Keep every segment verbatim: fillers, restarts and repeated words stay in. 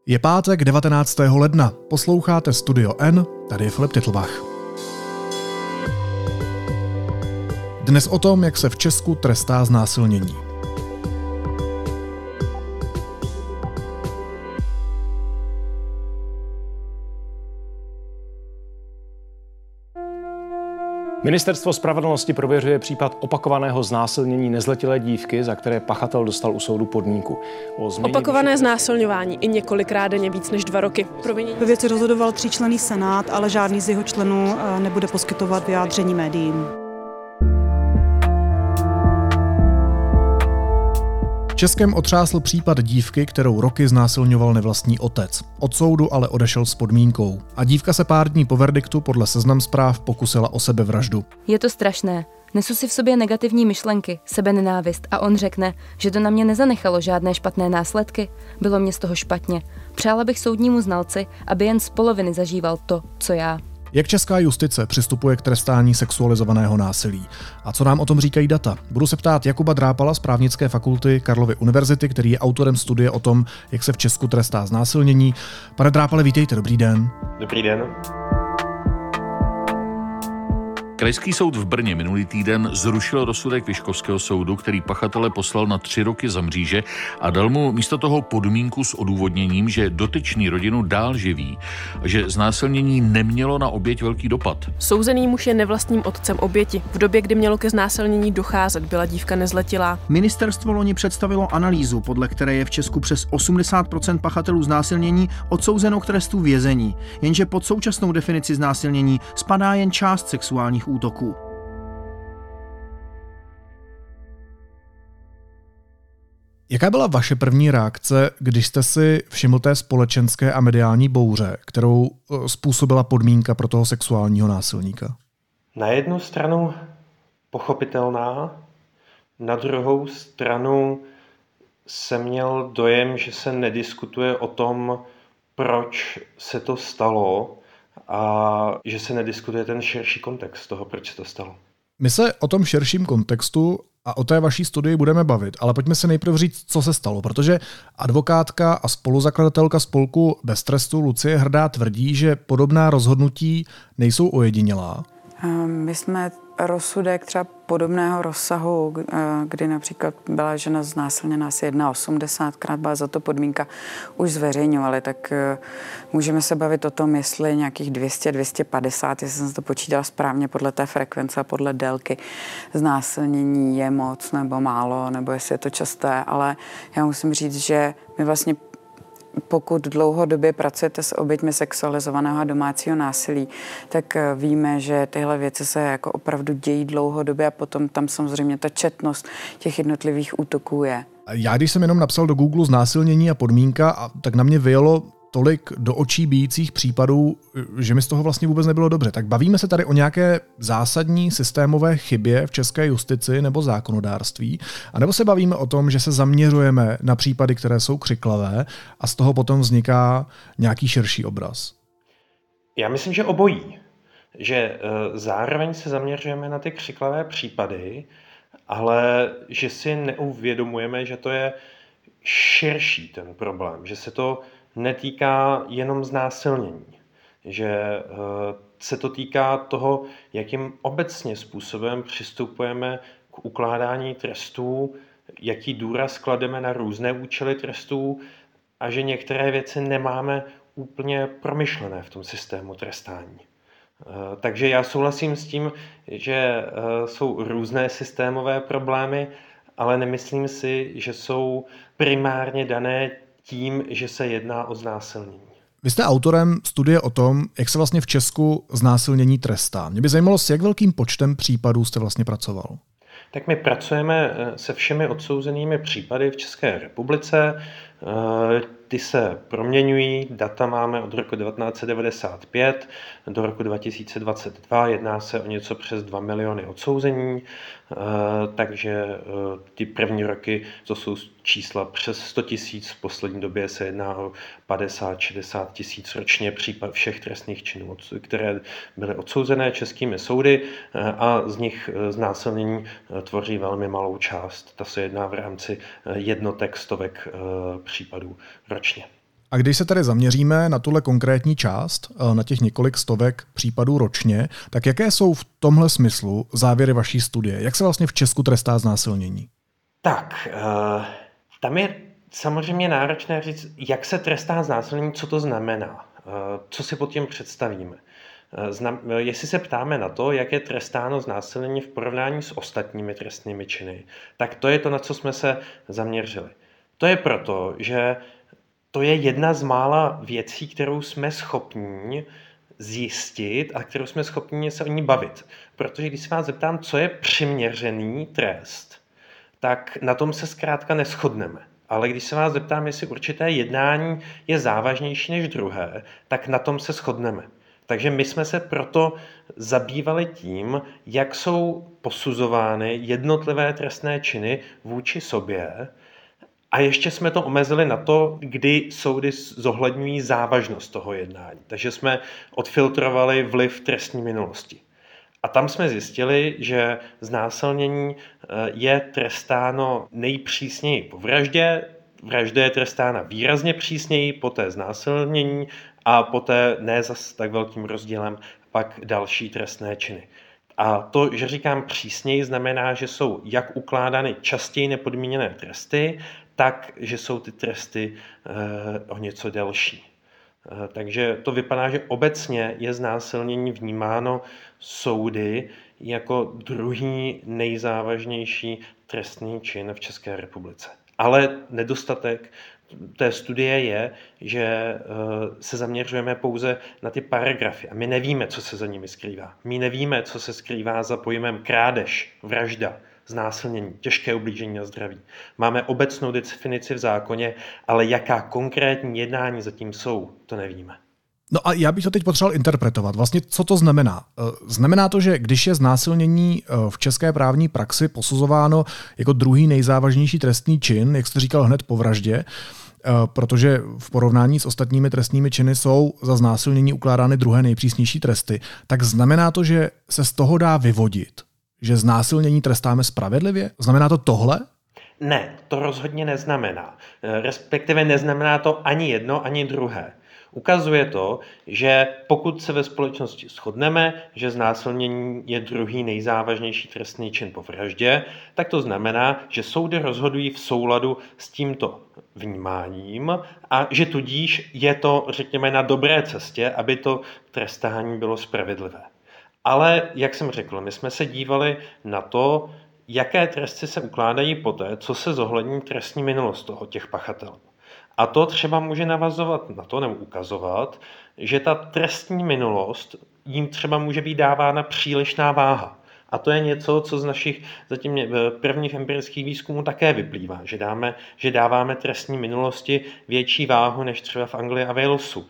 Je pátek devatenáctého ledna. Posloucháte Studio N, tady je Filip Titlbach. Dnes o tom, jak se v Česku trestá znásilnění. Ministerstvo spravedlnosti prověřuje případ opakovaného znásilnění nezletilé dívky, za které pachatel dostal u soudu podmínku. Opakované vyšetření... znásilňování i několikrát denně víc než dva roky. Provinění... Ve věci rozhodoval tříčlenný senát, ale žádný z jeho členů nebude poskytovat vyjádření médiím. Českem otřásl případ dívky, kterou roky znásilňoval nevlastní otec. Od soudu ale odešel s podmínkou. A dívka se pár dní po verdiktu podle Seznam Zpráv pokusila o sebevraždu. Je to strašné. Nesu si v sobě negativní myšlenky, sebenenávist a on řekne, že to na mě nezanechalo žádné špatné následky. Bylo mě z toho špatně. Přála bych soudnímu znalci, aby jen z poloviny zažíval to, co já. Jak česká justice přistupuje k trestání sexualizovaného násilí? A co nám o tom říkají data? Budu se ptát Jakuba Drápala z Právnické fakulty Karlovy univerzity, který je autorem studie o tom, jak se v Česku trestá znásilnění. Pane Drápale, vítejte, dobrý den. Dobrý den. Krajský soud v Brně minulý týden zrušil rozsudek Vyškovského soudu, který pachatele poslal na tři roky za mříže a dal mu místo toho podmínku s odůvodněním, že dotyčný rodinu dál živí a že znásilnění nemělo na oběť velký dopad. Souzený muž je nevlastním otcem oběti. V době, kdy mělo ke znásilnění docházet, byla dívka nezletilá. Ministerstvo loni představilo analýzu, podle které je v Česku přes osmdesát procent pachatelů znásilnění odsouzeno k trestu vězení, jenže pod současnou definici znásilnění spadá jen část sexuálních útoků. Jaká byla vaše první reakce, když jste si všiml té společenské a mediální bouře, kterou způsobila podmínka pro toho sexuálního násilníka? Na jednu stranu pochopitelná, na druhou stranu jsem měl dojem, že se nediskutuje o tom, proč se to stalo, a že se nediskutuje ten širší kontext toho, proč se to stalo. My se o tom širším kontextu a o té vaší studii budeme bavit, ale pojďme si nejprve říct, co se stalo, protože advokátka a spoluzakladatelka spolku Bez trestu Lucie Hrdá tvrdí, že podobná rozhodnutí nejsou ojedinělá. My jsme rozsudek třeba podobného rozsahu, kdy například byla žena znásilněná asi osmdesátkrát, byla za to podmínka, už zveřejňovali, tak můžeme se bavit o tom, jestli nějakých dvě stě, dvě stě padesát, jestli jsem to počítala správně podle té frekvence a podle délky znásilnění je moc nebo málo, nebo jestli je to časté, ale já musím říct, že my vlastně pokud dlouhodobě pracujete s oběťmi sexualizovaného a domácího násilí, tak víme, že tyhle věci se jako opravdu dějí dlouhodobě a potom tam samozřejmě ta četnost těch jednotlivých útoků je. Já když jsem jenom napsal do Google znásilnění a podmínka, a tak na mě vyjelo tolik do očí bijících případů, že mi z toho vlastně vůbec nebylo dobře. Tak bavíme se tady o nějaké zásadní systémové chybě v české justici nebo zákonodárství, anebo se bavíme o tom, že se zaměřujeme na případy, které jsou křiklavé a z toho potom vzniká nějaký širší obraz? Já myslím, že obojí. Že zároveň se zaměřujeme na ty křiklavé případy, ale že si neuvědomujeme, že to je širší ten problém, že se to netýká jenom znásilnění, že se to týká toho, jakým obecně způsobem přistupujeme k ukládání trestů, jaký důraz klademe na různé účely trestů a že některé věci nemáme úplně promyšlené v tom systému trestání. Takže já souhlasím s tím, že jsou různé systémové problémy, ale nemyslím si, že jsou primárně dané tím, že se jedná o znásilnění. Vy jste autorem studie o tom, jak se vlastně v Česku znásilnění trestá. Mě by zajímalo, s jak velkým počtem případů jste vlastně pracoval. Tak my pracujeme se všemi odsouzenými případy v České republice. Ty se proměňují, data máme od roku devatenáct set devadesát pět do roku dva tisíce dvacet dva, jedná se o něco přes dva miliony odsouzení, takže ty první roky to jsou čísla přes sto tisíc, v poslední době se jedná o padesát šedesát tisíc ročně případ všech trestných činů, které byly odsouzené českými soudy a z nich znásilnění tvoří velmi malou část. Ta se jedná v rámci jednotek, stovek případů ročně. A když se tady zaměříme na tuhle konkrétní část, na těch několik stovek případů ročně, tak jaké jsou v tomhle smyslu závěry vaší studie? Jak se vlastně v Česku trestá znásilnění? Tak, uh, tam je samozřejmě náročné říct, jak se trestá znásilnění, co to znamená, uh, co si pod tím představíme. Znam, jestli se ptáme na to, jak je trestáno znásilnění v porovnání s ostatními trestnými činy, tak to je to, na co jsme se zaměřili. To je proto, že to je jedna z mála věcí, kterou jsme schopni zjistit a kterou jsme schopni se o ní bavit. Protože když se vás zeptám, co je přiměřený trest, tak na tom se zkrátka neshodneme. Ale když se vás zeptám, jestli určité jednání je závažnější než druhé, tak na tom se shodneme. Takže my jsme se proto zabývali tím, jak jsou posuzovány jednotlivé trestné činy vůči sobě, a ještě jsme to omezili na to, kdy soudy zohledňují závažnost toho jednání. Takže jsme odfiltrovali vliv trestní minulosti. A tam jsme zjistili, že znásilnění je trestáno nejpřísněji po vraždě, vražda je trestána výrazně přísněji, poté znásilnění a poté ne zas tak velkým rozdílem pak další trestné činy. A to, že říkám přísněji, znamená, že jsou jak ukládány častěji nepodmíněné tresty, tak, že jsou ty tresty eh, o něco delší. Eh, takže to vypadá, že obecně je znásilnění vnímáno soudy jako druhý nejzávažnější trestný čin v České republice. Ale nedostatek té studie je, že se zaměřujeme pouze na ty paragrafy a my nevíme, co se za nimi skrývá. My nevíme, co se skrývá za pojmem krádež, vražda, znásilnění, těžké ublížení na zdraví. Máme obecnou definici v zákoně, ale jaká konkrétní jednání zatím jsou, to nevíme. No a já bych to teď potřeboval interpretovat. Vlastně, co to znamená? Znamená to, že když je znásilnění v české právní praxi posuzováno jako druhý nejzávažnější trestný čin, jak jste říkal hned po vraždě, protože v porovnání s ostatními trestnými činy jsou za znásilnění ukládány druhé nejpřísnější tresty, tak znamená to, že se z toho dá vyvodit, že znásilnění trestáme spravedlivě? Znamená to tohle? Ne, to rozhodně neznamená. Respektive neznamená to ani jedno, ani druhé. Ukazuje to, že pokud se ve společnosti shodneme, že znásilnění je druhý nejzávažnější trestný čin po vraždě, tak to znamená, že soudy rozhodují v souladu s tímto vnímáním a že tudíž je to, řekněme, na dobré cestě, aby to trestání bylo spravedlivé. Ale, jak jsem řekl, my jsme se dívali na to, jaké tresty se ukládají poté, co se zohlední trestní minulost toho těch pachatelů. A to třeba může navazovat na to, nebo ukazovat, že ta trestní minulost jim třeba může být dávána přílišná váha. A to je něco, co z našich zatím prvních empirických výzkumů také vyplývá, že, dáme, že dáváme trestní minulosti větší váhu než třeba v Anglii a Walesu.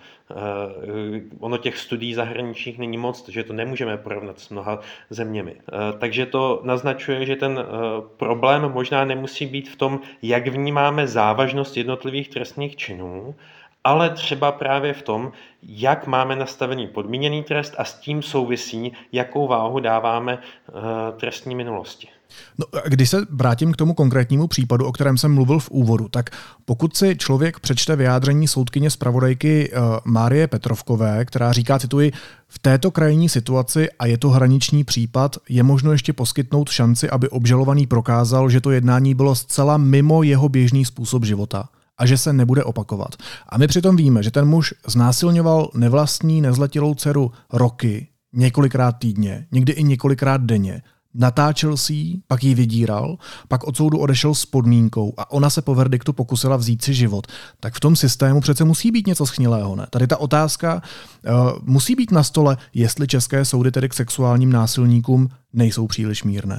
Uh, ono těch studií zahraničních není moc, takže to nemůžeme porovnat s mnoha zeměmi. Uh, takže to naznačuje, že ten uh, problém možná nemusí být v tom, jak vnímáme závažnost jednotlivých trestných činů, ale třeba právě v tom, jak máme nastavený podmíněný trest a s tím souvisí, jakou váhu dáváme uh, trestní minulosti. No, když se vrátím k tomu konkrétnímu případu, o kterém jsem mluvil v úvodu, tak pokud si člověk přečte vyjádření soudkyně zpravodajky uh, Márie Petrovkové, která říká, cituji, v této krajní situaci, a je to hraniční případ, je možno ještě poskytnout šanci, aby obžalovaný prokázal, že to jednání bylo zcela mimo jeho běžný způsob života a že se nebude opakovat. A my přitom víme, že ten muž znásilňoval nevlastní nezletilou dceru roky, několikrát týdně, někdy i několikrát denně. Natáčel si ji, pak ji vydíral, pak od soudu odešel s podmínkou a ona se po verdiktu pokusila vzít si život. Tak v tom systému přece musí být něco schnilého, ne? Tady ta otázka uh, musí být na stole, jestli české soudy tedy k sexuálním násilníkům nejsou příliš mírné.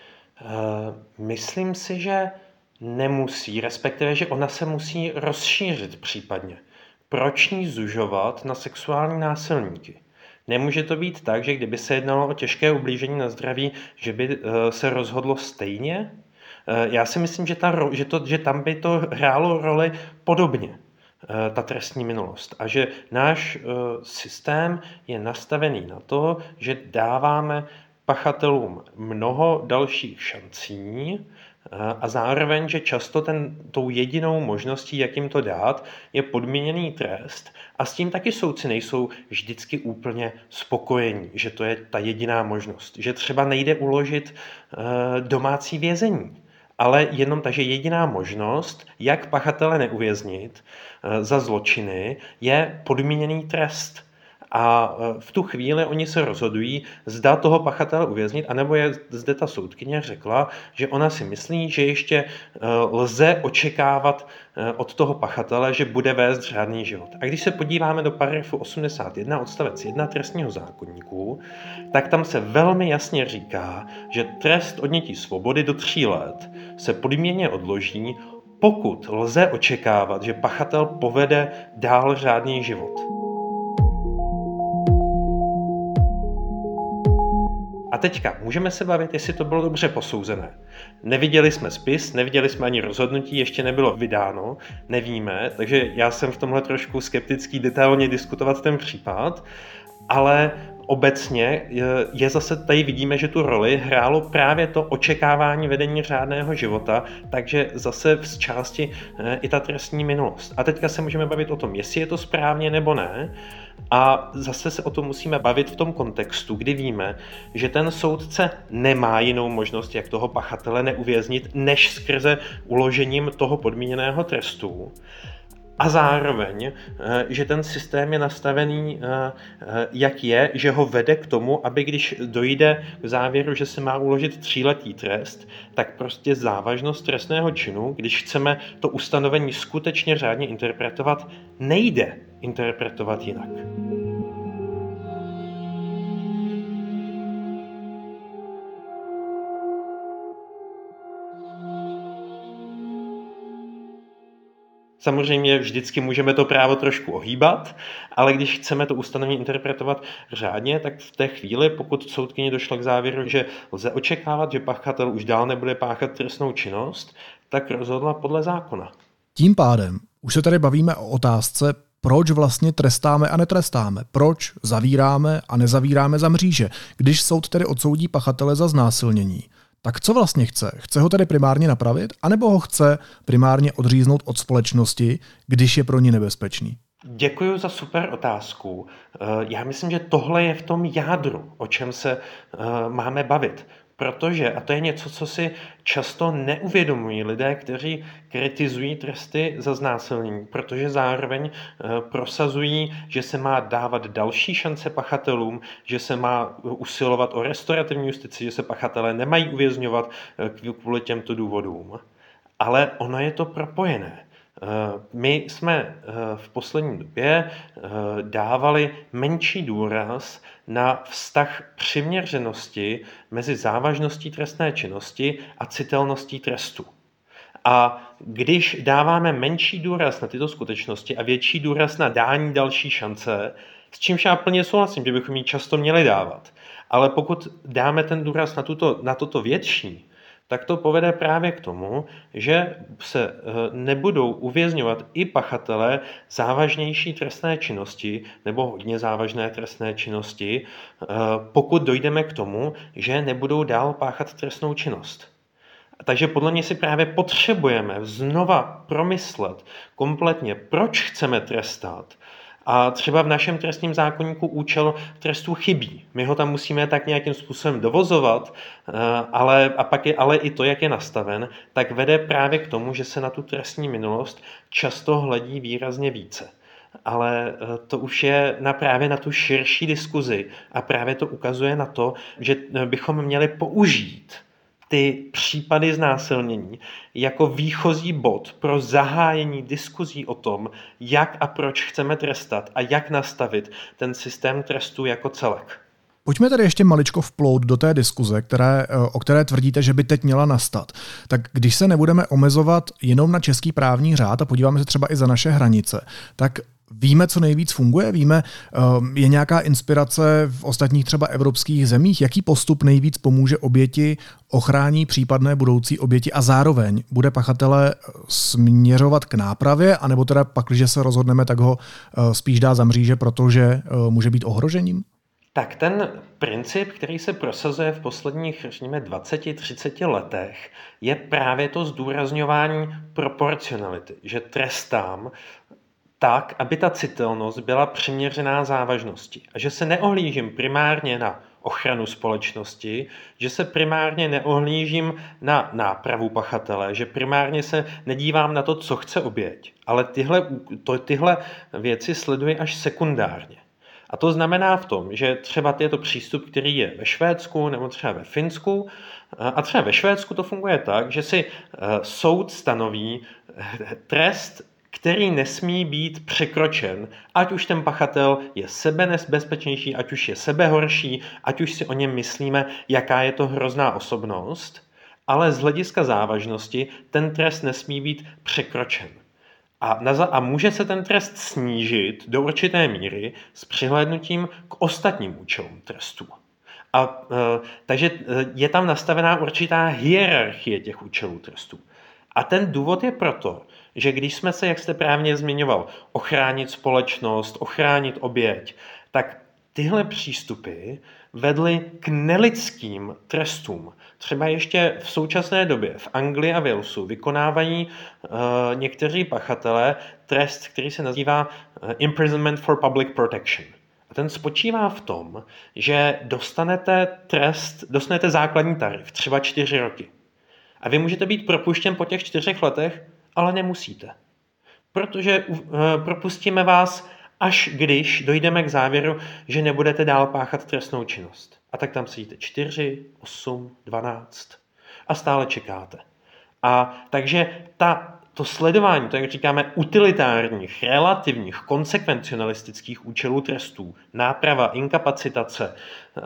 Uh, myslím si, že nemusí, respektive, že ona se musí rozšířit případně. Proč ní zužovat na sexuální násilníky? Nemůže to být tak, že kdyby se jednalo o těžké ublížení na zdraví, že by se rozhodlo stejně? Já si myslím, že, ta, že, to, že tam by to hrálo roli podobně, ta trestní minulost. A že náš systém je nastavený na to, že dáváme pachatelům mnoho dalších šancí, A zároveň, že často ten, tou jedinou možností, jak jim to dát, je podmíněný trest. A s tím taky soudci nejsou vždycky úplně spokojení, že to je ta jediná možnost. Že třeba nejde uložit uh, domácí vězení, ale jenom takže jediná možnost, jak pachatele neuvěznit uh, za zločiny, je podmíněný trest. A v tu chvíli oni se rozhodují, zda toho pachatele uvěznit, anebo je zde ta soudkyně řekla, že ona si myslí, že ještě lze očekávat od toho pachatele, že bude vést řádný život. A když se podíváme do paragrafu osmdesát jedna odstavec jedna trestního zákoníku, tak tam se velmi jasně říká, že trest odnětí svobody do tří let se podmíněně odloží, pokud lze očekávat, že pachatel povede dál řádný život. A teďka můžeme se bavit, jestli to bylo dobře posouzené. Neviděli jsme spis, neviděli jsme ani rozhodnutí, ještě nebylo vydáno, nevíme, takže já jsem v tomhle trošku skeptický detailně diskutovat ten případ, ale obecně je zase, tady vidíme, že tu roli hrálo právě to očekávání vedení řádného života, takže zase v části i ta trestní minulost. A teďka se můžeme bavit o tom, jestli je to správně nebo ne. A zase se o tom musíme bavit v tom kontextu, kdy víme, že ten soudce nemá jinou možnost, jak toho pachatele neuvěznit, než skrze uložením toho podmíněného trestu. A zároveň, že ten systém je nastavený, jak je, že ho vede k tomu, aby když dojde k závěru, že se má uložit tříletý trest, tak prostě závažnost trestného činu, když chceme to ustanovení skutečně řádně interpretovat, nejde interpretovat jinak. Samozřejmě vždycky můžeme to právo trošku ohýbat, ale když chceme to ustanovení interpretovat řádně, tak v té chvíli, pokud soudkyně došla k závěru, že lze očekávat, že pachatel už dál nebude páchat trestnou činnost, tak rozhodla podle zákona. Tím pádem už se tady bavíme o otázce, proč vlastně trestáme a netrestáme, proč zavíráme a nezavíráme za mříže, když soud tedy odsoudí pachatele za znásilnění. Tak co vlastně chce? Chce ho tedy primárně napravit, anebo ho chce primárně odříznout od společnosti, když je pro ní nebezpečný? Děkuji za super otázku. Já myslím, že tohle je v tom jádru, o čem se máme bavit. Protože, a to je něco, co si často neuvědomují lidé, kteří kritizují tresty za znásilnění, protože zároveň prosazují, že se má dávat další šance pachatelům, že se má usilovat o restaurativní justici, že se pachatelé nemají uvězňovat kvůli těmto důvodům. Ale ono je to propojené. My jsme v poslední době dávali menší důraz na vztah přiměřenosti mezi závažností trestné činnosti a citelností trestu. A když dáváme menší důraz na tyto skutečnosti a větší důraz na dání další šance, s čímž já plně souhlasím, že bychom ji často měli dávat, ale pokud dáme ten důraz na, tuto, na toto větší, tak to povede právě k tomu, že se nebudou uvězňovat i pachatelé závažnější trestné činnosti nebo hodně závažné trestné činnosti, pokud dojdeme k tomu, že nebudou dál páchat trestnou činnost. Takže podle mě si právě potřebujeme znova promyslet kompletně, proč chceme trestat. A třeba v našem trestním zákoníku účel trestu chybí. My ho tam musíme tak nějakým způsobem dovozovat, ale, a pak je ale i to, jak je nastaven, tak vede právě k tomu, že se na tu trestní minulost často hledí výrazně více. Ale to už je na právě na tu širší diskuzi a právě to ukazuje na to, že bychom měli použít ty případy znásilnění jako výchozí bod pro zahájení diskuzí o tom, jak a proč chceme trestat a jak nastavit ten systém trestu jako celek. Pojďme tady ještě maličko vplout do té diskuze, které, o které tvrdíte, že by teď měla nastat. Tak když se nebudeme omezovat jenom na český právní řád a podíváme se třeba i za naše hranice, tak víme, co nejvíc funguje? Víme, je nějaká inspirace v ostatních třeba evropských zemích? Jaký postup nejvíc pomůže oběti, ochrání případné budoucí oběti a zároveň bude pachatele směřovat k nápravě, anebo teda pak, když se rozhodneme, tak ho spíš dá za mříže, protože může být ohrožením? Tak ten princip, který se prosazuje v posledních, řekněme, dvaceti třiceti letech, je právě to zdůrazňování proporcionality, že trestám tak, aby ta citelnost byla přiměřená závažnosti a že se neohlížím primárně na ochranu společnosti, že se primárně neohlížím na nápravu pachatele, že primárně se nedívám na to, co chce oběť, ale tyhle, to, tyhle věci sleduji až sekundárně. A to znamená v tom, že třeba je to přístup, který je ve Švédsku nebo třeba ve Finsku, a třeba ve Švédsku to funguje tak, že si soud stanoví trest, který nesmí být překročen, ať už ten pachatel je sebenebezpečnější, ať už je sebehorší, ať už si o něm myslíme, jaká je to hrozná osobnost, ale z hlediska závažnosti ten trest nesmí být překročen. A, na, a může se ten trest snížit do určité míry s přihlédnutím k ostatním účelům trestu. A, e, takže je tam nastavená určitá hierarchie těch účelů trestu. A ten důvod je proto, že když jsme se, jak jste právě zmiňoval, ochránit společnost, ochránit oběť, tak tyhle přístupy vedly k nelidským trestům. Třeba ještě v současné době v Anglii a Walesu vykonávají uh, někteří pachatelé trest, který se nazývá uh, Imprisonment for Public Protection. A ten spočívá v tom, že dostanete trest, dostanete základní tarif, třeba čtyři roky. A vy můžete být propuštěn po těch čtyřech letech, ale nemusíte. Protože uh, propustíme vás, až když dojdeme k závěru, že nebudete dál páchat trestnou činnost. A tak tam sedíte čtyři, osm, dvanáct a stále čekáte. A takže ta, to sledování, to jak říkáme, utilitárních, relativních, konsekvencionalistických účelů trestů, náprava, inkapacitace,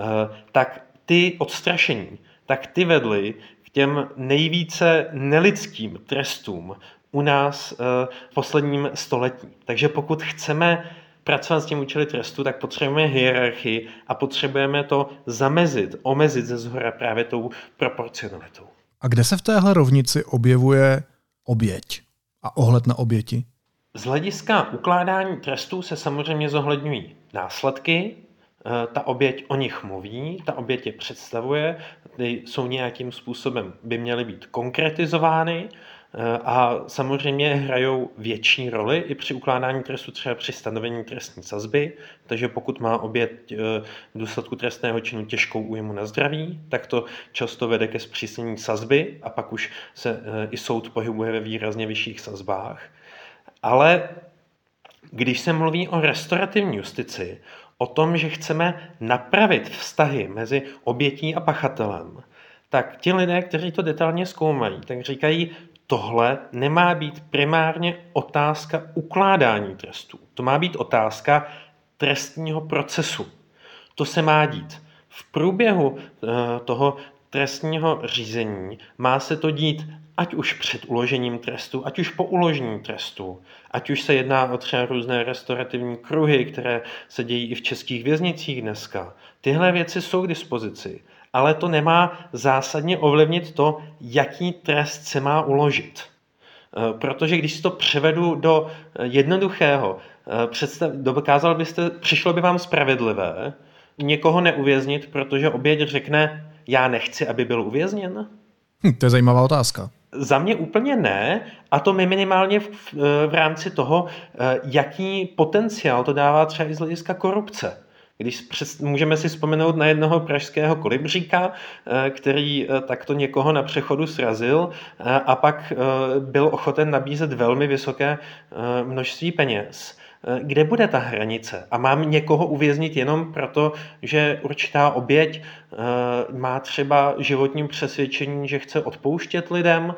tak ty odstrašení, tak ty vedly k těm nejvíce nelidským trestům u nás v posledním století. Takže pokud chceme pracovat s tím účely trestu, tak potřebujeme hierarchii a potřebujeme to zamezit, omezit ze zhora právě tou proporcionalitou. A kde se v téhle rovnici objevuje oběť a ohled na oběti? Z hlediska ukládání trestů se samozřejmě zohledňují následky, ta oběť o nich mluví, ta oběť je představuje, ty jsou nějakým způsobem, by měly být konkretizovány, a samozřejmě hrajou větší roli i při ukládání trestu, třeba při stanovení trestní sazby. Takže pokud má oběť v důsledku trestného činu těžkou újmu na zdraví, tak to často vede ke zpřísnění sazby a pak už se i soud pohybuje ve výrazně vyšších sazbách. Ale když se mluví o restaurativní justici, o tom, že chceme napravit vztahy mezi obětí a pachatelem, tak ti lidé, kteří to detailně zkoumají, tak říkají, tohle nemá být primárně otázka ukládání trestů. To má být otázka trestního procesu. To se má dít v průběhu toho trestního řízení. Má se to dít ať už před uložením trestu, ať už po uložení trestu, ať už se jedná o třeba různé restaurativní kruhy, které se dějí i v českých věznicích dneska. Tyhle věci jsou k dispozici. Ale to nemá zásadně ovlivnit to, jaký trest se má uložit. Protože když si to převedu do jednoduchého, představ, dokázal byste, přišlo by vám spravedlivé někoho neuvěznit, protože oběť řekne, já nechci, aby byl uvězněn? Hm, to je zajímavá otázka. Za mě úplně ne, a to minimálně v, v rámci toho, jaký potenciál to dává třeba i z hlediska korupce. Když přes, můžeme si vzpomenout na jednoho pražského kolibříka, který takto někoho na přechodu srazil a pak byl ochoten nabízet velmi vysoké množství peněz. Kde bude ta hranice? A mám někoho uvěznit jenom proto, že určitá oběť má třeba životním přesvědčení, že chce odpouštět lidem,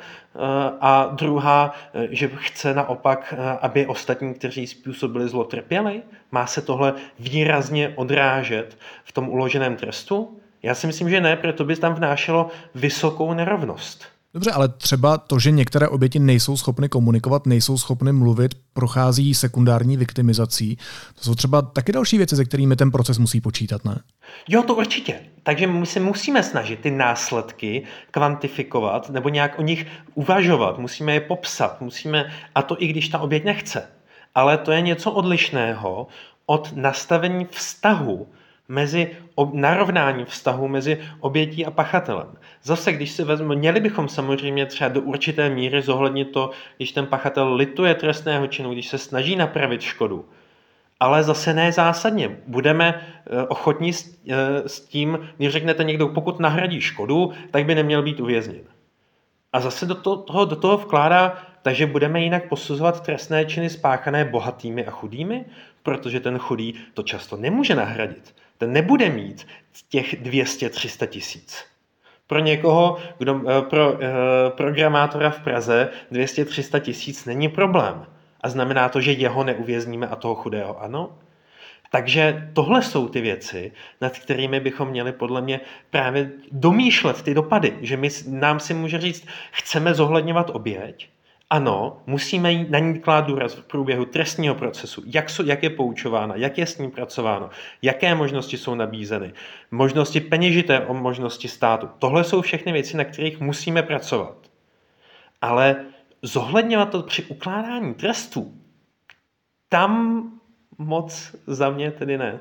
a druhá, že chce naopak, aby ostatní, kteří způsobili zlo, trpěli? Má se tohle výrazně odrážet v tom uloženém trestu? Já si myslím, že ne, protože by tam vnášelo vysokou nerovnost. Dobře, ale třeba to, že některé oběti nejsou schopny komunikovat, nejsou schopny mluvit, prochází sekundární viktimizací. To jsou třeba taky další věci, se kterými ten proces musí počítat, ne? Jo, to určitě. Takže my se musíme snažit ty následky kvantifikovat nebo nějak o nich uvažovat. Musíme je popsat, musíme, a to i když ta oběť nechce. Ale to je něco odlišného od nastavení vztahu mezi ob, narovnání vztahu mezi obětí a pachatelem. Zase, když si vezmu, měli bychom samozřejmě třeba do určité míry zohlednit to, když ten pachatel lituje trestného činu, když se snaží napravit škodu. Ale zase ne zásadně. Budeme ochotní s tím, když řeknete někdo, pokud nahradí škodu, tak by neměl být uvězněn. A zase do toho, do toho vkládá, takže budeme jinak posuzovat trestné činy spáchané bohatými a chudými, protože ten chudý to často nemůže nahradit. Ten nebude mít těch dvě stě tři sta tisíc. Pro někoho, kdo, pro programátora v Praze dvě stě tři sta tisíc není problém. A znamená to, že jeho neuvězníme a toho chudého ano? Takže tohle jsou ty věci, nad kterými bychom měli podle mě právě domýšlet ty dopady. Že my, nám si může říct, chceme zohledňovat oběť, ano, musíme na ní klát důraz v průběhu trestního procesu, jak, jsou, jak je poučována, jak je s ní pracováno, jaké možnosti jsou nabízeny, možnosti peněžité o možnosti státu. Tohle jsou všechny věci, na kterých musíme pracovat. Ale zohledňovat to při ukládání trestů, tam moc za mě tedy ne.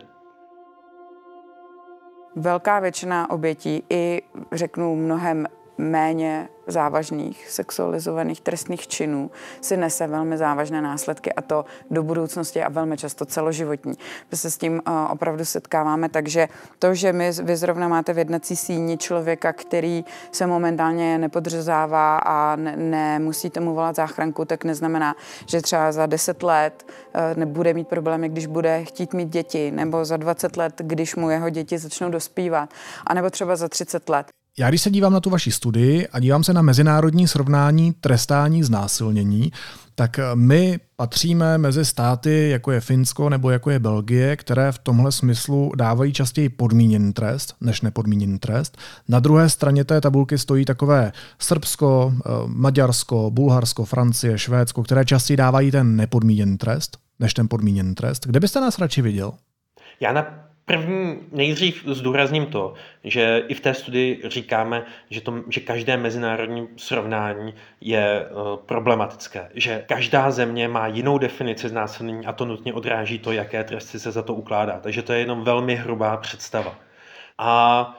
Velká většina obětí i řeknu mnohem méně závažných sexualizovaných trestných činů si nese velmi závažné následky a to do budoucnosti a velmi často celoživotní. My se s tím opravdu setkáváme, takže to, že my, vy zrovna máte v jednací síni člověka, který se momentálně nepodřezává a ne, nemusíte mu volat záchranku, tak neznamená, že třeba za deset let nebude mít problémy, když bude chtít mít děti, nebo za dvacet let, když mu jeho děti začnou dospívat, anebo třeba za třicet let. Já když se dívám na tu vaši studii a dívám se na mezinárodní srovnání trestání znásilnění, tak my patříme mezi státy, jako je Finsko nebo jako je Belgie, které v tomhle smyslu dávají častěji podmíněný trest než nepodmíněný trest. Na druhé straně té tabulky stojí takové Srbsko, Maďarsko, Bulharsko, Francie, Švédsko, které častěji dávají ten nepodmíněný trest než ten podmíněný trest. Kde byste nás radši viděl? Já na První, nejdřív zdůrazním to, že i v té studii říkáme, že, to, že každé mezinárodní srovnání je uh, problematické, že každá země má jinou definici znásilnění a to nutně odráží to, jaké tresty se za to ukládá. Takže to je jenom velmi hrubá představa. A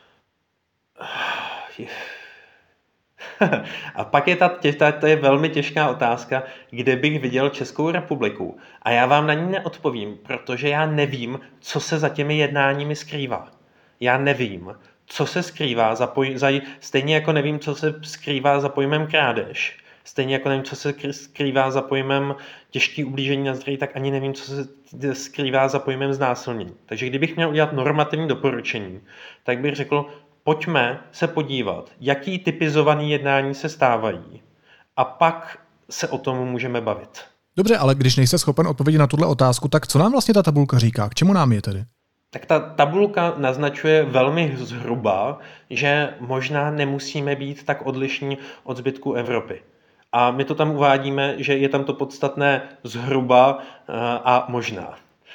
A pak je ta, ta, ta je velmi těžká otázka, kde bych viděl Českou republiku. A já vám na ní neodpovím, protože já nevím, co se za těmi jednáními skrývá. Já nevím, co se skrývá za, poj- za stejně jako nevím, co se skrývá za pojmem krádež. Stejně jako nevím, co se skrývá za pojmem těžký ublížení na zdraví, tak ani nevím, co se skrývá za pojmem znásilnění. Takže kdybych měl udělat normativní doporučení, tak bych řekl, pojďme se podívat, jaký typizovaný jednání se stávají a pak se o tom můžeme bavit. Dobře, ale když nejste schopen odpovědět na tuhle otázku, tak co nám vlastně ta tabulka říká? K čemu nám je tedy? Tak ta tabulka naznačuje velmi zhruba, že možná nemusíme být tak odlišní od zbytku Evropy. A my to tam uvádíme, že je tam to podstatné zhruba a možná.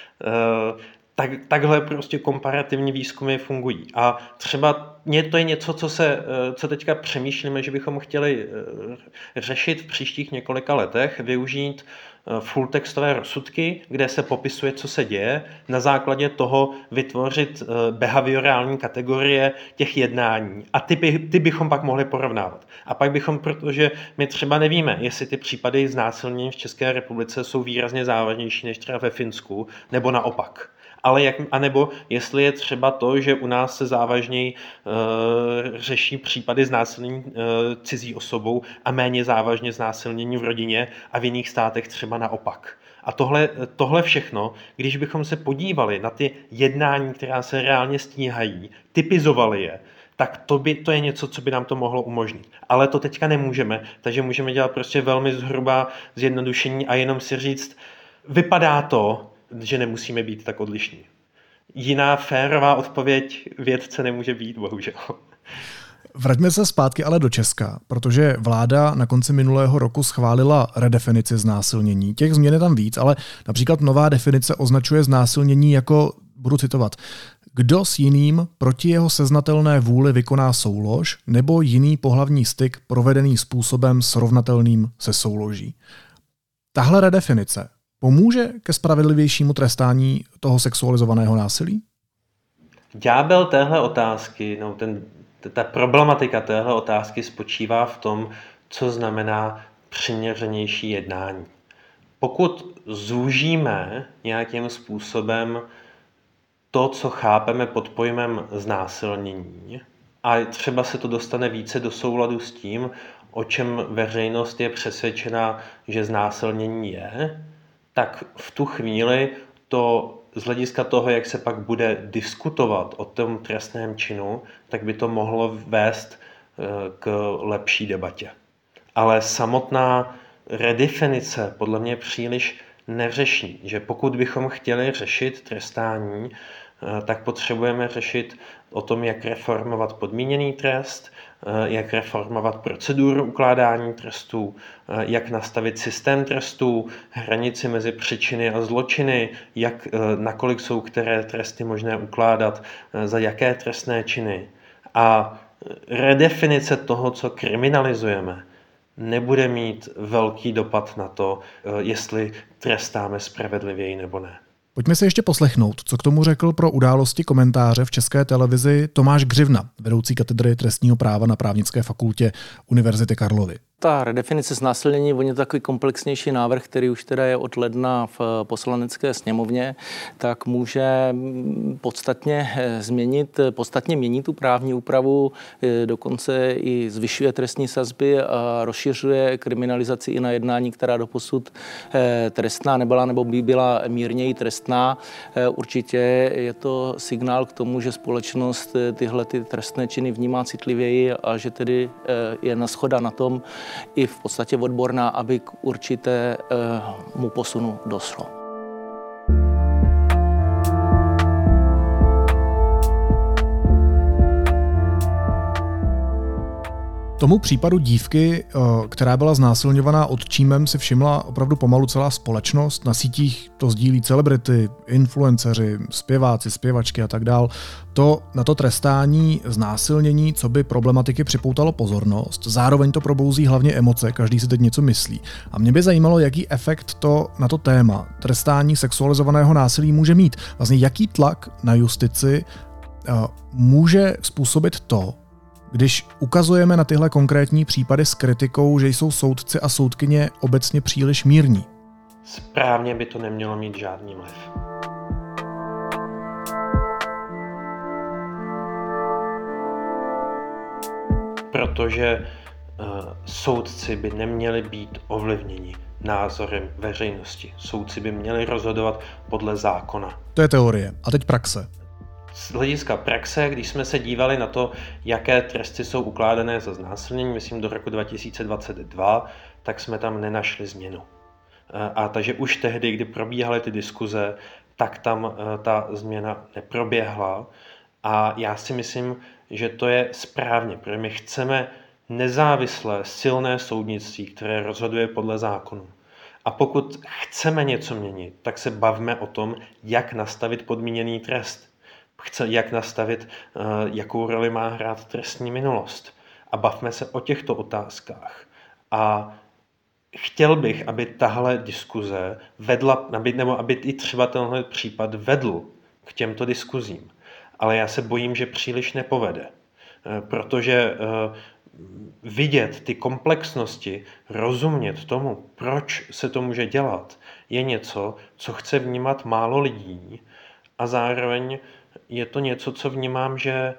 Tak, takhle prostě komparativní výzkumy fungují. A třeba to je něco, co, se, co teďka přemýšlíme, že bychom chtěli řešit v příštích několika letech, využít full textové rozsudky, kde se popisuje, co se děje, na základě toho vytvořit behaviorální kategorie těch jednání. A ty, by, ty bychom pak mohli porovnávat. A pak bychom, protože my třeba nevíme, jestli ty případy znásilnění v České republice jsou výrazně závažnější než třeba ve Finsku, nebo naopak. Ale jak, anebo jestli je třeba to, že u nás se závažněji e, řeší případy znásilnění e, cizí osobou a méně závažně znásilnění v rodině a v jiných státech třeba naopak. A tohle, tohle všechno, když bychom se podívali na ty jednání, která se reálně stíhají, typizovali je, tak to, by, to je něco, co by nám to mohlo umožnit. Ale to teďka nemůžeme, takže můžeme dělat prostě velmi zhruba zjednodušení a jenom si říct, vypadá to, že nemusíme být tak odlišní. Jiná férová odpověď vědce nemůže být, bohužel. Vraťme se zpátky ale do Česka, protože vláda na konci minulého roku schválila redefinici znásilnění. Těch změn je tam víc, ale například nová definice označuje znásilnění jako, budu citovat, kdo s jiným proti jeho seznatelné vůli vykoná soulož nebo jiný pohlavní styk provedený způsobem srovnatelným se souloží. Tahle redefinice pomůže ke spravedlivějšímu trestání toho sexualizovaného násilí? Ďábel téhle otázky, no ten, ta problematika téhle otázky spočívá v tom, co znamená přiměřenější jednání. Pokud zúžíme nějakým způsobem to, co chápeme pod pojmem znásilnění, a třeba se to dostane více do souladu s tím, o čem veřejnost je přesvědčena, že znásilnění je, tak v tu chvíli to z hlediska toho, jak se pak bude diskutovat o tom trestném činu, tak by to mohlo vést k lepší debatě. Ale samotná redefinice podle mě příliš neřeší, že pokud bychom chtěli řešit trestání, tak potřebujeme řešit o tom, jak reformovat podmíněný trest, jak reformovat proceduru ukládání trestů, jak nastavit systém trestů, hranici mezi příčiny a zločiny, jak, nakolik jsou které tresty možné ukládat, za jaké trestné činy. A redefinice toho, co kriminalizujeme, nebude mít velký dopad na to, jestli trestáme spravedlivěji nebo ne. Pojďme si ještě poslechnout, co k tomu řekl pro Události komentáře v České televizi Tomáš Gřivna, vedoucí katedry trestního práva na Právnické fakultě Univerzity Karlovy. Ta redefinice znásilnění, on je takový komplexnější návrh, který už teda je od ledna v Poslanecké sněmovně, tak může podstatně změnit, podstatně měnit tu právní úpravu, dokonce i zvyšuje trestní sazby a rozšiřuje kriminalizaci i na jednání, která doposud trestná nebyla nebo by byla mírněji trestná. Určitě je to signál k tomu, že společnost tyhle ty trestné činy vnímá citlivěji a že tedy je shoda na tom, i v podstatě odborná, aby k určitému posunu došlo. Tomu případu dívky, která byla znásilňovaná otčímem, si všimla opravdu pomalu celá společnost. Na sítích to sdílí celebrity, influenceři, zpěváci, zpěvačky a tak dál. To na to trestání znásilnění, co by problematiky připoutalo pozornost. Zároveň to probouzí hlavně emoce, každý si teď něco myslí. A mě by zajímalo, jaký efekt to na to téma trestání sexualizovaného násilí může mít. Vlastně jaký tlak na justici může způsobit to, když ukazujeme na tyhle konkrétní případy s kritikou, že jsou soudci a soudkyně obecně příliš mírní. Správně by to nemělo mít žádný vliv. Protože uh, soudci by neměli být ovlivněni názorem veřejnosti. Soudci by měli rozhodovat podle zákona. To je teorie. A teď praxe. Z hlediska praxe, když jsme se dívali na to, jaké tresty jsou ukládané za znásilnění, myslím do roku dva tisíce dvacet dva, tak jsme tam nenašli změnu. A takže už tehdy, kdy probíhaly ty diskuze, tak tam ta změna neproběhla. A já si myslím, že to je správně, protože my chceme nezávislé, silné soudnictví, které rozhoduje podle zákonu. A pokud chceme něco měnit, tak se bavme o tom, jak nastavit podmíněný trest. Chce, jak nastavit, jakou roli má hrát trestní minulost. A bavme se o těchto otázkách. A chtěl bych, aby tahle diskuze vedla, nebo aby i třeba tenhle případ vedl k těmto diskuzím. Ale já se bojím, že příliš nepovede. Protože vidět ty komplexnosti, rozumět tomu, proč se to může dělat, je něco, co chce vnímat málo lidí a zároveň je to něco, co vnímám, že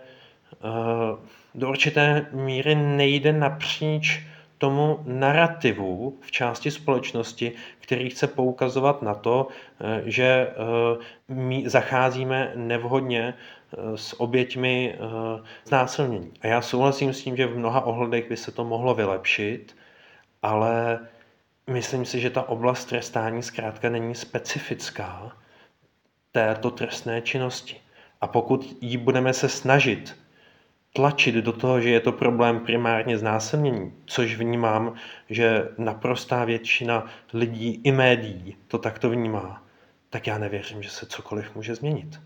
do určité míry nejde napříč tomu narrativu v části společnosti, který chce poukazovat na to, že my zacházíme nevhodně s oběťmi znásilnění. A já souhlasím s tím, že v mnoha ohledech by se to mohlo vylepšit, ale myslím si, že ta oblast trestání zkrátka není specifická této trestné činnosti. A pokud ji budeme se snažit tlačit do toho, že je to problém primárně znásilnění, což vnímám, že naprostá většina lidí i médií to takto vnímá, tak já nevěřím, že se cokoliv může změnit.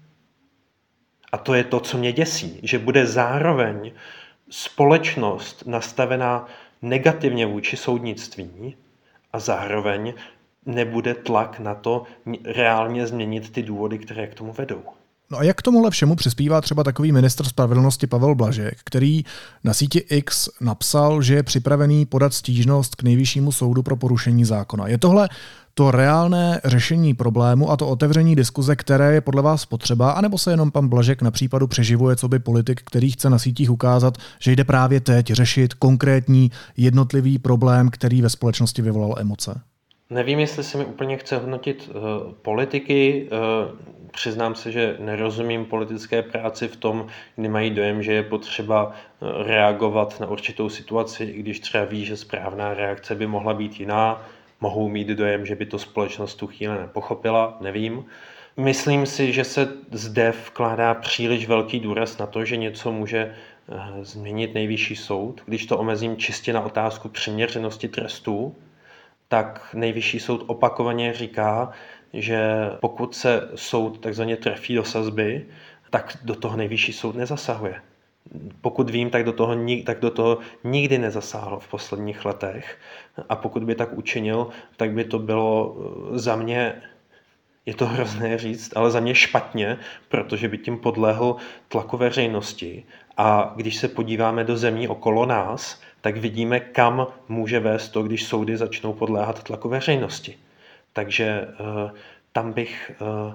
A to je to, co mě děsí, že bude zároveň společnost nastavená negativně vůči soudnictví a zároveň nebude tlak na to reálně změnit ty důvody, které k tomu vedou. No a jak k tomuhle všemu přispívá třeba takový ministr spravedlnosti Pavel Blažek, který na síti X napsal, že je připravený podat stížnost k Nejvyššímu soudu pro porušení zákona. Je tohle to reálné řešení problému a to otevření diskuze, které je podle vás potřeba, anebo se jenom pan Blažek na případu přeživuje coby politik, který chce na sítích ukázat, že jde právě teď řešit konkrétní jednotlivý problém, který ve společnosti vyvolal emoce? Nevím, jestli se mi úplně chce hodnotit uh, politiky. Uh, přiznám se, že nerozumím politické práci v tom, kdy mají dojem, že je potřeba reagovat na určitou situaci, i když třeba ví, že správná reakce by mohla být jiná. Mohou mít dojem, že by to společnost tu chvíli nepochopila, nevím. Myslím si, že se zde vkládá příliš velký důraz na to, že něco může změnit Nejvyšší soud. Když to omezím čistě na otázku přiměřenosti trestů, tak Nejvyšší soud opakovaně říká, že pokud se soud takzvaně trefí do sazby, tak do toho Nejvyšší soud nezasahuje. Pokud vím, tak do toho, tak do toho nikdy nezasáhl v posledních letech. A pokud by tak učinil, tak by to bylo za mě, je to hrozné říct, ale za mě špatně, protože by tím podlehl tlaku veřejnosti. A když se podíváme do zemí okolo nás, tak vidíme, kam může vést to, když soudy začnou podléhat tlaku veřejnosti. Takže uh, tam bych uh,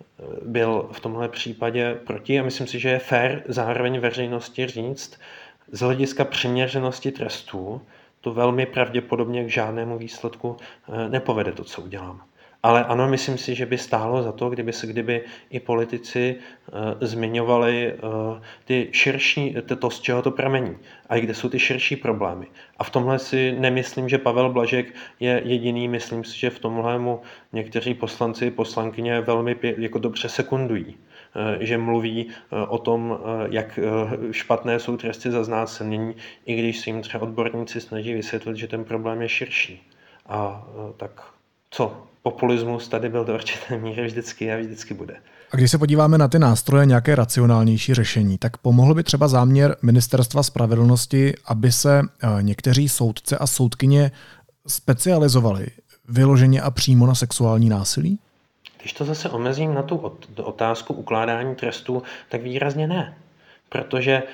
byl v tomhle případě proti a myslím si, že je fér zároveň veřejnosti říct, z hlediska přiměřenosti trestů to velmi pravděpodobně k žádnému výsledku uh, nepovede to, co udělám. Ale ano, myslím si, že by stálo za to, kdyby se kdyby i politici uh, zmiňovali uh, ty širší, to, z čeho to pramení a kde jsou ty širší problémy. A v tomhle si nemyslím, že Pavel Blažek je jediný, myslím si, že v tomhle mu někteří poslanci, poslankyně velmi jako dobře sekundují, uh, že mluví uh, o tom, uh, jak uh, špatné jsou tresty za znásilnění, i když si jim třeba odborníci snaží vysvětlit, že ten problém je širší. A uh, tak co? Populismus tady byl do určité míry vždycky a vždycky bude. A když se podíváme na ty nástroje, nějaké racionálnější řešení, tak pomohl by třeba záměr Ministerstva spravedlnosti, aby se někteří soudce a soudkyně specializovali vyloženě a přímo na sexuální násilí? Když to zase omezím na tu otázku ukládání trestů, tak výrazně ne. Protože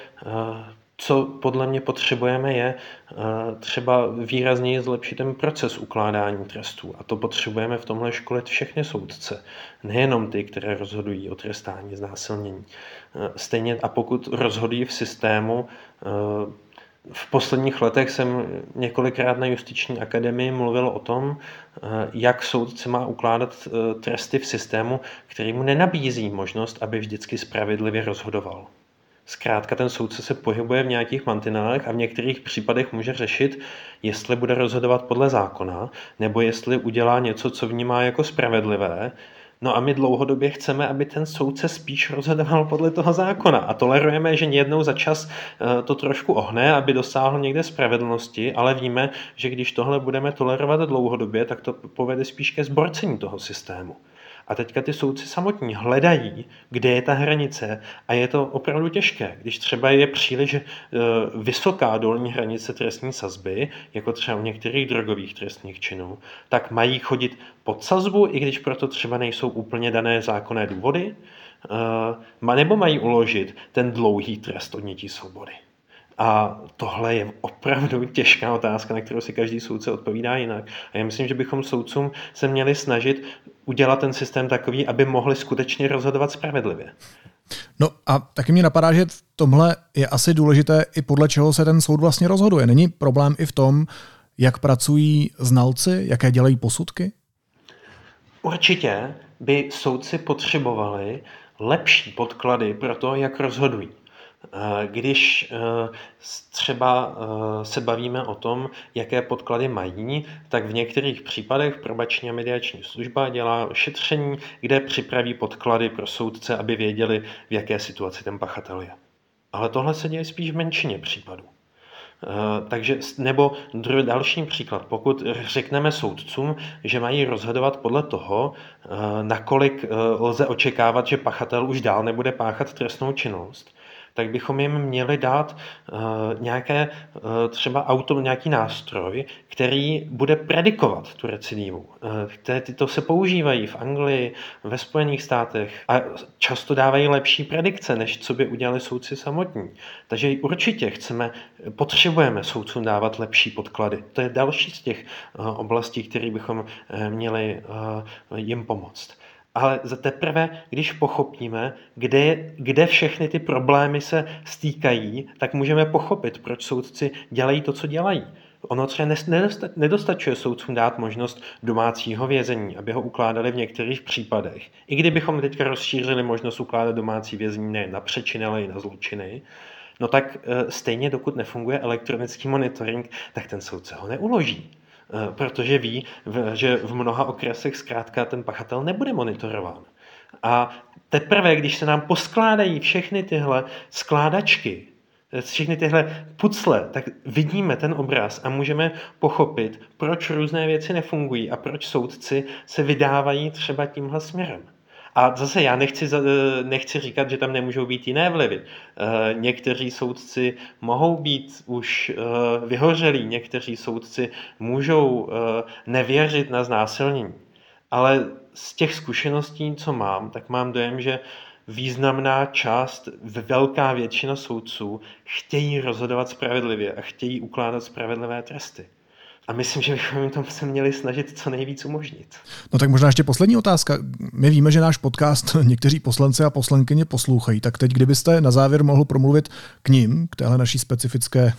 co podle mě potřebujeme je třeba výrazněji zlepšit ten proces ukládání trestů. A to potřebujeme v tomhle školit všechny soudce. Nejenom ty, které rozhodují o trestání znásilnění. Stejně a pokud rozhodují v systému, v posledních letech jsem několikrát na Justiční akademii mluvil o tom, jak soudce má ukládat tresty v systému, který mu nenabízí možnost, aby vždycky spravedlivě rozhodoval. Zkrátka ten soudce se pohybuje v nějakých mantinelech a v některých případech může řešit, jestli bude rozhodovat podle zákona, nebo jestli udělá něco, co vnímá jako spravedlivé. No a my dlouhodobě chceme, aby ten soudce spíš rozhodoval podle toho zákona a tolerujeme, že jednou za čas to trošku ohne, aby dosáhl někde spravedlnosti, ale víme, že když tohle budeme tolerovat dlouhodobě, tak to povede spíš ke zborcení toho systému. A teďka ty soudci samotní hledají, kde je ta hranice a je to opravdu těžké. Když třeba je příliš vysoká dolní hranice trestní sazby, jako třeba u některých drogových trestných činů, tak mají chodit pod sazbu, i když proto třeba nejsou úplně dané zákonné důvody, nebo mají uložit ten dlouhý trest odnětí svobody. A tohle je opravdu těžká otázka, na kterou si každý soudce odpovídá jinak. A já myslím, že bychom soudcům se měli snažit udělat ten systém takový, aby mohli skutečně rozhodovat spravedlivě. No a taky mě napadá, že v tomhle je asi důležité i podle čeho se ten soud vlastně rozhoduje. Není problém i v tom, jak pracují znalci, jaké dělají posudky? Určitě by soudci potřebovali lepší podklady pro to, jak rozhodují. Když třeba se bavíme o tom, jaké podklady mají, tak v některých případech probační a mediační služba dělá šetření, kde připraví podklady pro soudce, aby věděli, v jaké situaci ten pachatel je. Ale tohle se děje spíš v menšině případů. Takže, nebo druhý další příklad, pokud řekneme soudcům, že mají rozhodovat podle toho, nakolik lze očekávat, že pachatel už dál nebude páchat trestnou činnost, tak bychom jim měli dát uh, nějaké uh, třeba auto, nějaký nástroj, který bude predikovat tu recidivu. Uh, tyto se používají v Anglii, ve Spojených státech a často dávají lepší predikce, než co by udělali soudci samotní. Takže určitě chceme, potřebujeme soudcům dávat lepší podklady. To je další z těch uh, oblastí, které bychom uh, měli uh, jim pomoct. Ale teprve, když pochopíme, kde, kde všechny ty problémy se stýkají, tak můžeme pochopit, proč soudci dělají to, co dělají. Ono třeba nedostačuje soudcům dát možnost domácího vězení, aby ho ukládali v některých případech. I kdybychom teďka rozšířili možnost ukládat domácí vězení ne na přečiny, ale i na zločiny, no tak stejně dokud nefunguje elektronický monitoring, tak ten soudce ho neuloží. Protože ví, že v mnoha okresech zkrátka ten pachatel nebude monitorován. A teprve, když se nám poskládají všechny tyhle skládačky, všechny tyhle pucle, tak vidíme ten obraz a můžeme pochopit, proč různé věci nefungují a proč soudci se vydávají třeba tímhle směrem. A zase já nechci, nechci říkat, že tam nemůžou být jiné vlivy. Někteří soudci mohou být už vyhořelí, někteří soudci můžou nevěřit na znásilnění. Ale z těch zkušeností, co mám, tak mám dojem, že významná část, velká většina soudců chtějí rozhodovat spravedlivě a chtějí ukládat spravedlivé tresty. A myslím, že bychom jim to se měli snažit co nejvíc umožnit. No tak možná ještě poslední otázka. My víme, že náš podcast někteří poslanci a poslankyně poslouchají, tak teď kdybyste na závěr mohl promluvit k nim, k téhle naší specifické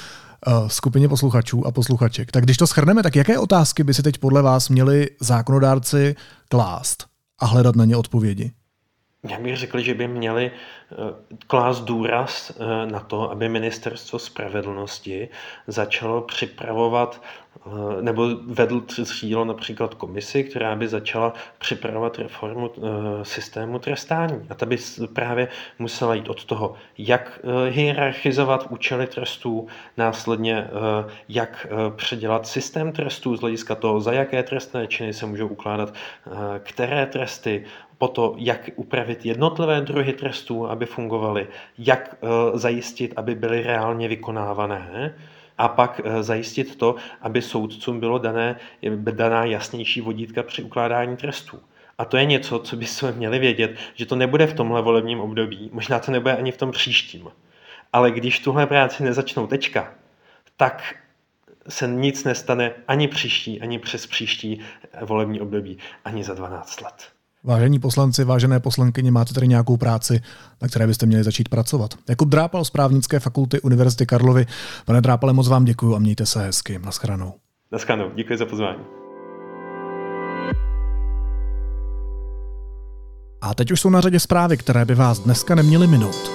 skupině posluchačů a posluchaček. Tak když to shrneme, tak jaké otázky by si teď podle vás měli zákonodárci klást a hledat na ně odpovědi? Já bych řekl, že by měli klást důraz na to, aby Ministerstvo spravedlnosti začalo připravovat nebo vedl zřídilo například komisi, která by začala připravovat reformu systému trestání. A ta by právě musela jít od toho, jak hierarchizovat účely trestů, následně jak předělat systém trestů z hlediska toho, za jaké trestné činy se můžou ukládat které tresty, po to, jak upravit jednotlivé druhy trestů, aby fungovaly, jak zajistit, aby byly reálně vykonávané, a pak zajistit to, aby soudcům bylo dané, daná jasnější vodítka při ukládání trestů. A to je něco, co bychom měli vědět, že to nebude v tomhle volebním období, možná to nebude ani v tom příštím. Ale když tuhle práci nezačnou teďka, tak se nic nestane ani příští, ani přes příští volební období, ani za dvanáct let. Vážení poslanci, vážené poslankyně, máte tady nějakou práci, na které byste měli začít pracovat. Jakub Drápal z Právnické fakulty Univerzity Karlovy. Pane Drápale, moc vám děkuju a mějte se hezky. Naschranou. Naschranou, děkuji za pozvání. A teď už jsou na řadě zprávy, které by vás dneska neměly minout.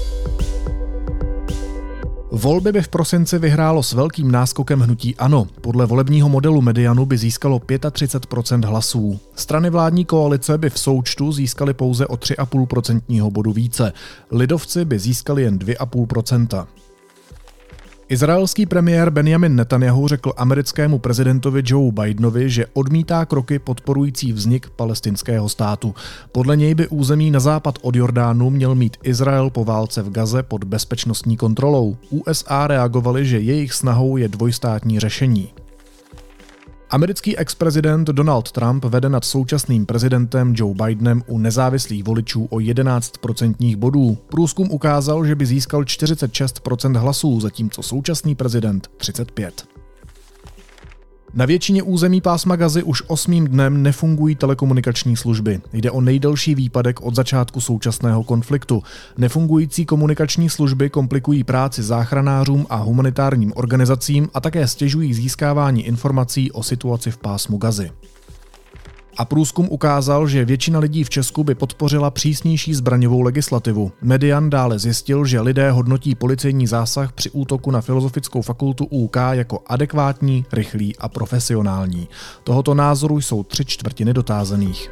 Volby by v prosinci vyhrálo s velkým náskokem hnutí ANO. Podle volebního modelu Medianu by získalo třicet pět procent hlasů. Strany vládní koalice by v součtu získaly pouze o tři celá pět procentního bodu více. Lidovci by získali jen dvě celá pět procenta. Izraelský premiér Benjamin Netanyahu řekl americkému prezidentovi Joe Bidenovi, že odmítá kroky podporující vznik palestinského státu. Podle něj by území na západ od Jordánu měl mít Izrael po válce v Gaze pod bezpečnostní kontrolou. U S A reagovali, že jejich snahou je dvojstátní řešení. Americký ex-prezident Donald Trump vede nad současným prezidentem Joe Bidenem u nezávislých voličů o jedenáct procentních bodů. Průzkum ukázal, že by získal čtyřicet šest procent hlasů, zatímco současný prezident třicet pět. Na většině území pásma Gazy už osmým dnem nefungují telekomunikační služby. Jde o nejdelší výpadek od začátku současného konfliktu. Nefungující komunikační služby komplikují práci záchranářům a humanitárním organizacím a také stěžují získávání informací o situaci v pásmu Gazy. A průzkum ukázal, že většina lidí v Česku by podpořila přísnější zbraňovou legislativu. Median dále zjistil, že lidé hodnotí policejní zásah při útoku na Filozofickou fakultu U K jako adekvátní, rychlý a profesionální. Tohoto názoru jsou tři čtvrtiny dotázaných.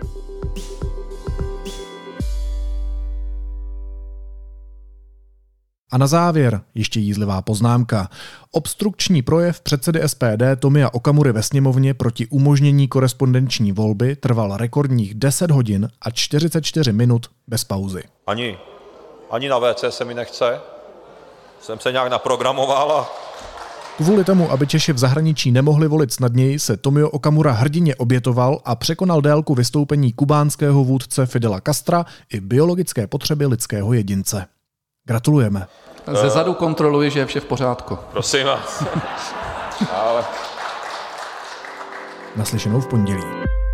A na závěr ještě jízlivá poznámka. Obstrukční projev předsedy S P D Tomia Okamury ve sněmovně proti umožnění korespondenční volby trval rekordních deset hodin a čtyřicet čtyři minut bez pauzy. Ani Ani na vé cé se mi nechce. Jsem se nějak naprogramoval a... Kvůli tomu, aby Češi v zahraničí nemohli volit snadněji, se Tomio Okamura hrdinně obětoval a překonal délku vystoupení kubánského vůdce Fidela Castra i biologické potřeby lidského jedince. Gratulujeme. Ze zadu kontroluji, že je vše v pořádku. Prosím vás. Ale... Naslyšenou v pondělí.